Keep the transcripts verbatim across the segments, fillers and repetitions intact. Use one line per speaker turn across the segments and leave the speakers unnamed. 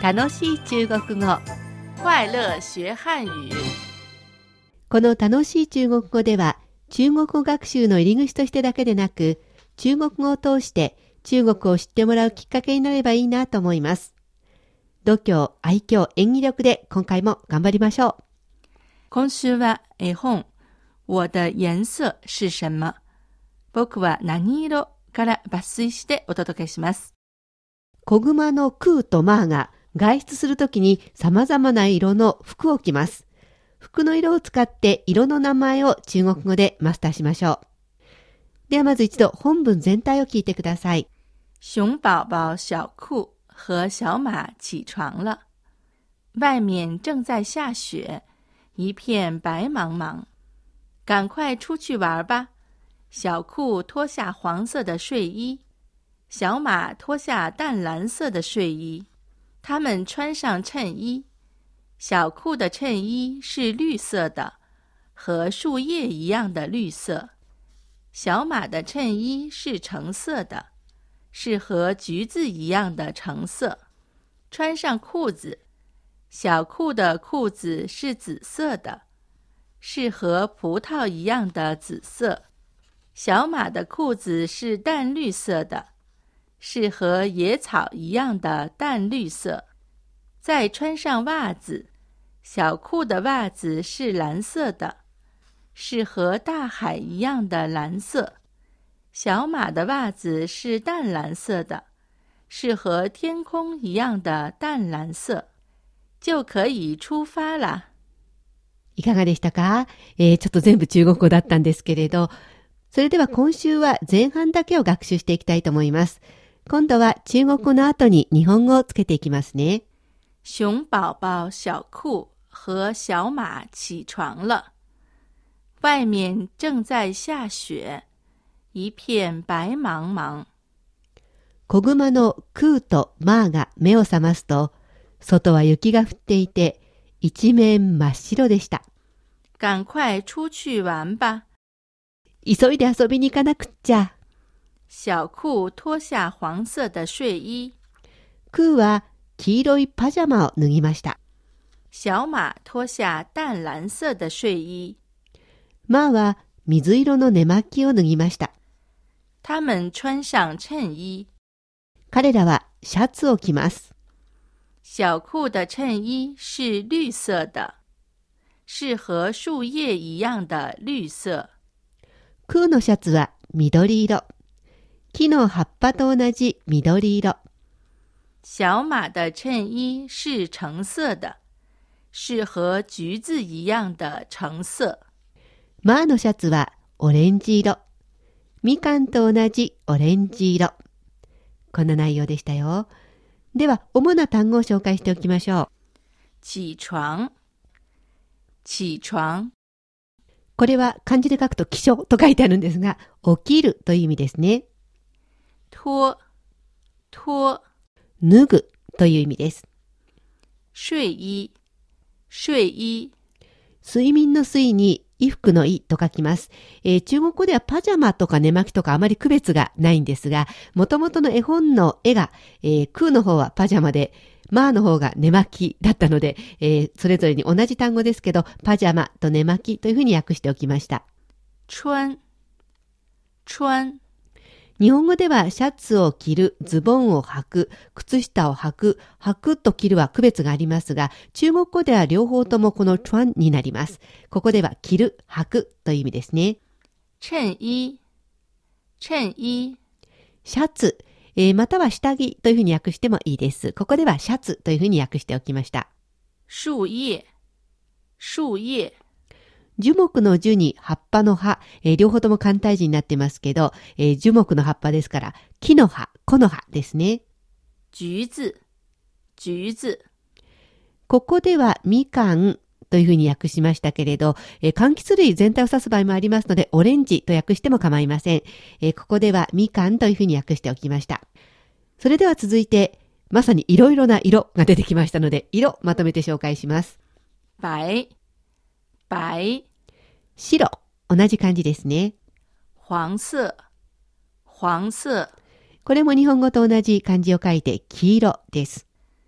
楽しい中国語。
快乐学漢語。
この楽しい中国語では、中国語学習の入り口としてだけでなく、中国語を通して中国を知ってもらうきっかけになればいいなと思います。度胸、愛嬌、演技力で今回も頑張りましょう。
今週は絵本、我的颜色是什么？僕は何色から抜粋してお届けします。
子熊のクーとマーが外出するときに様々な色の服を着ます。服の色を使って色の名前を中国語でマスターしましょう。ではまず一度本文全体を聞いてください。
熊宝宝小兔和小马起床了。外面正在下雪，一片白茫茫。赶快出去玩吧。小兔脱下黄色的睡衣，小马脱下淡蓝色的睡衣。他们穿上衬衣。小兔的衬衣是绿色的，和树叶一样的绿色。小马的衬衣是橙色的，是和橘子一样的橙色。穿上裤子。小兔的裤子是紫色的，是和葡萄一样的紫色。小马的裤子是淡绿色的，是和野草一样的淡绿色。再穿上袜子。小兔的袜子是蓝色的，是和大海一样的蓝色。小马的袜子是淡蓝色的，是和天空一样的淡蓝色。就可以出发了。
いかがでしたか？えー、ちょっと全部中国語だったんですけれど、それでは今週は前半だけを学習していきたいと思います。今度は中国語の後に日本語をつけていきますね。
熊宝宝小兔和小马起床了。外面正在下雪，一片白茫茫。
子熊のクーとマーが目を覚ますと、外は雪が降っていて、一面真っ白でした。
赶快出去玩吧。
急いで遊びに行かなくっちゃ。
小兔脱下黄色的睡衣。
クーは黄色いパジャマを脱ぎました。
小馬脱下淡蓝色的睡衣。
マーは水色の寝巻きを脱ぎました。
他们穿上衬衣。
彼らはシャツを着ます。
小兔的衬衣是绿色的，是和树叶一样的绿色。
クーのシャツは緑色。木の葉っぱと同じ緑色。
小馬的襯衣是橙色的，是和橘子一样的橙色。
マーのシャツはオレンジ色。みかんと同じオレンジ色。こんな内容でしたよ。では、主な単語を紹介しておきましょう。
起床、起床。
これは漢字で書くと起床と書いてあるんですが、起きるという意味ですね。
脱、脱。
脱ぐという意味です。
睡衣、睡衣。
睡眠の睡に衣服の衣と書きます、えー。中国語ではパジャマとか寝巻きとかあまり区別がないんですが、元々の絵本の絵が、えー、クーの方はパジャマで、マーの方が寝巻きだったので、えー、それぞれに同じ単語ですけど、パジャマと寝巻きというふうに訳しておきました。
穿、穿。
日本語ではシャツを着る、ズボンを履く、靴下を履く、履くと着るは区別がありますが、中国語では両方ともこの穿になります。ここでは着る、履くという意味ですね。
襯衣、襯衣。
シャツ、えー、または下着というふうに訳してもいいです。ここではシャツというふうに訳しておきました。
樹葉、樹葉。
樹木の樹に葉っぱの葉、えー、両方とも簡体字になってますけど、えー、樹木の葉っぱですから、木の葉、木の葉ですね。
橘子、橘子。
ここではみかんというふうに訳しましたけれど、えー、柑橘類全体を指す場合もありますので、オレンジと訳しても構いません。えー、ここではみかんというふうに訳しておきました。それでは続いて、まさにいろいろな色が出てきましたので、色まとめて紹介します。
白、白。
白、同じ漢字ですね。
黄色、黄色。
これも日本語と同じ漢字を書いて黄色です。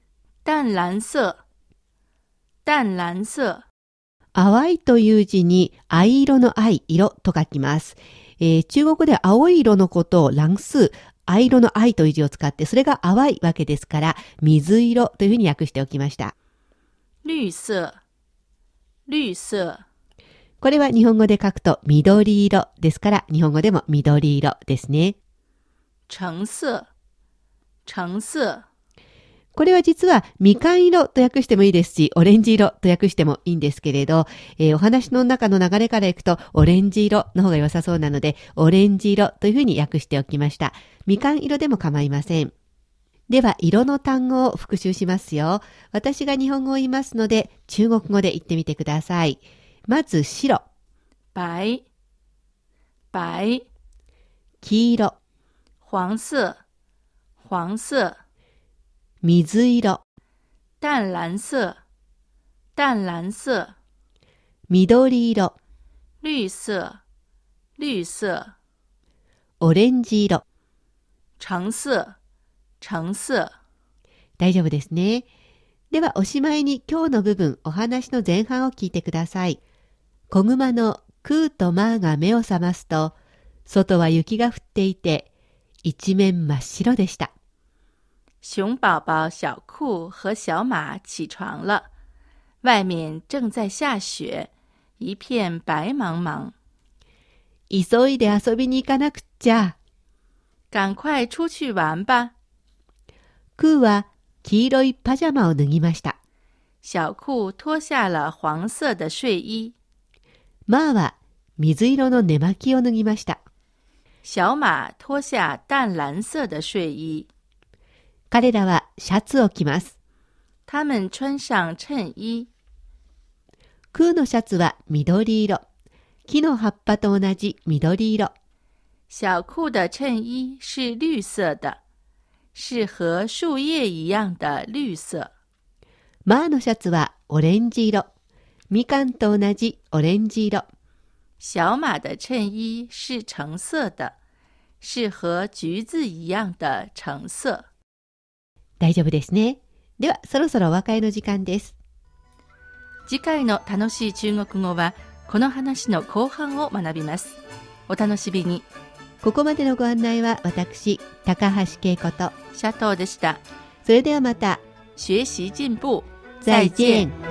淡蓝色、淡蓝色。
淡いという字に藍色の藍、色と書きます。えー、中国では青い色のことを蓝色、藍色の藍という字を使って、それが淡いわけですから、水色というふうに訳しておきました。
绿色、绿色。
これは日本語で書くと緑色ですから、日本語でも緑色ですね。
橙色、橙色。
これは実はみかん色と訳してもいいですし、オレンジ色と訳してもいいんですけれど、えー、お話の中の流れからいくとオレンジ色の方が良さそうなので、オレンジ色というふうに訳しておきました。みかん色でも構いません。では、色の単語を復習しますよ。私が日本語を言いますので、中国語で言ってみてください。まず白。
白、白。
黄色。
黄色、黄色。
水色。
淡蓝色、淡蓝色。
緑色。
绿色、绿色。
オレンジ色。
橙色、橙色。
大丈夫ですね。ではおしまいに今日の部分、お話の前半を聞いてください。子熊のクーとマーが目を覚ますと、外は雪が降っていて、一面真っ白でした。
熊宝宝小兔和小马起床了，外面正在下雪，一片白茫茫。
急いで遊びに行かなくっちゃ。
赶快出去玩吧。
クーは黄色いパジャマを脱ぎました。
小兔脱下了黄色的睡衣。
マーは水色の寝巻きを脱ぎました。
小馬脱下淡蓝色的睡衣。
彼らはシャツを着ます。
他们穿上衬衣。
クーのシャツは緑色。木の葉っぱと同じ緑色。
小兔的衬衣是绿色的，是和树叶一样的绿色。
マーのシャツはオレンジ色。みかんと同じオレンジ色。
小馬的衬衣是橙色的，是和橘子一样的橙色。
大丈夫ですね。では、そろそろお別れの時間です。
次回の楽しい中国語は、この話の後半を学びます。お楽しみに。
ここまでのご案内は私、高橋恵子と
シャトーでした。
それではまた。
学習進步。
再見。